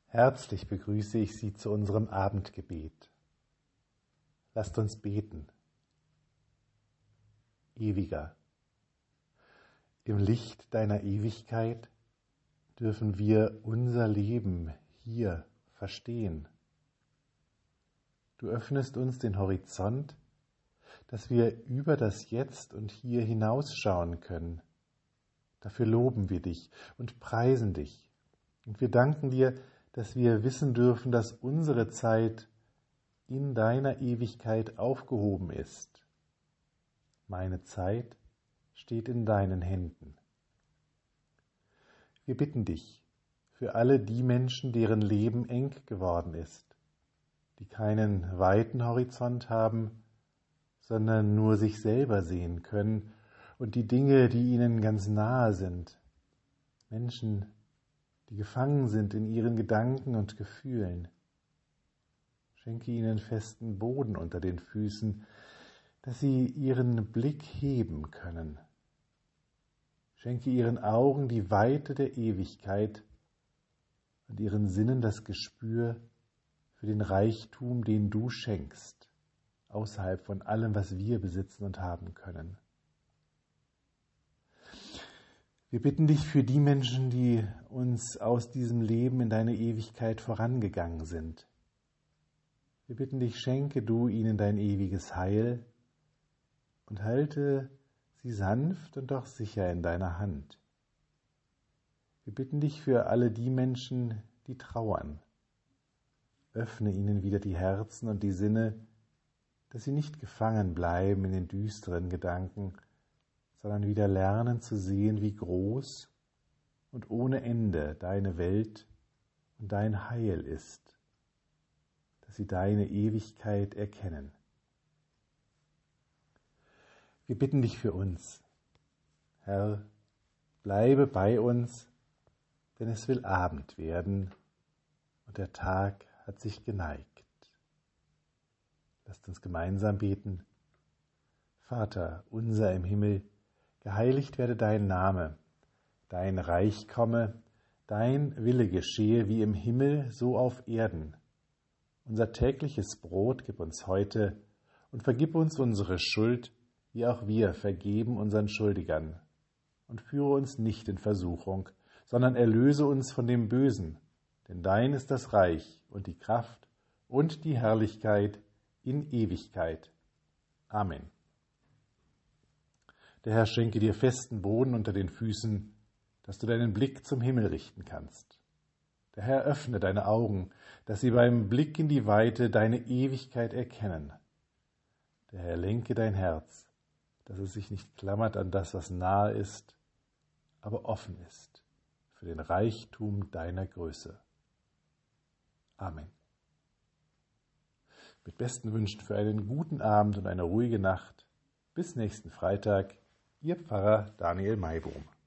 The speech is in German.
Herzlich begrüße ich Sie zu unserem Abendgebet. Lasst uns beten. Ewiger, im Licht deiner Ewigkeit dürfen wir unser Leben hier verstehen. Du öffnest uns den Horizont, dass wir über das Jetzt und Hier hinausschauen können. Dafür loben wir dich und preisen dich. Und wir danken dir, dass wir wissen dürfen, dass unsere Zeit in deiner Ewigkeit aufgehoben ist. Meine Zeit steht in deinen Händen. Wir bitten dich für alle die Menschen, deren Leben eng geworden ist, die keinen weiten Horizont haben, sondern nur sich selber sehen können und die Dinge, die ihnen ganz nahe sind. Menschen, die gefangen sind in ihren Gedanken und Gefühlen. Schenke ihnen festen Boden unter den Füßen, dass sie ihren Blick heben können. Schenke ihren Augen die Weite der Ewigkeit und ihren Sinnen das Gespür für den Reichtum, den du schenkst, außerhalb von allem, was wir besitzen und haben können. Wir bitten dich für die Menschen, die uns aus diesem Leben in deine Ewigkeit vorangegangen sind. Wir bitten dich, schenke du ihnen dein ewiges Heil und halte sie sanft und doch sicher in deiner Hand. Wir bitten dich für alle die Menschen, die trauern. Öffne ihnen wieder die Herzen und die Sinne, dass sie nicht gefangen bleiben in den düsteren Gedanken, sondern wieder lernen zu sehen, wie groß und ohne Ende deine Welt und dein Heil ist, dass sie deine Ewigkeit erkennen. Wir bitten dich für uns. Herr, bleibe bei uns, denn es will Abend werden und der Tag hat sich geneigt. Lasst uns gemeinsam beten. Vater unser im Himmel, geheiligt werde dein Name, dein Reich komme, dein Wille geschehe wie im Himmel, so auf Erden. Unser tägliches Brot gib uns heute und vergib uns unsere Schuld, wie auch wir vergeben unseren Schuldigern. Und führe uns nicht in Versuchung, sondern erlöse uns von dem Bösen, denn dein ist das Reich und die Kraft und die Herrlichkeit in Ewigkeit. Amen. Der Herr schenke dir festen Boden unter den Füßen, dass du deinen Blick zum Himmel richten kannst. Der Herr öffne deine Augen, dass sie beim Blick in die Weite deine Ewigkeit erkennen. Der Herr lenke dein Herz, dass es sich nicht klammert an das, was nahe ist, aber offen ist für den Reichtum deiner Größe. Amen. Mit besten Wünschen für einen guten Abend und eine ruhige Nacht. Bis nächsten Freitag. Ihr Pfarrer Daniel Maibohm.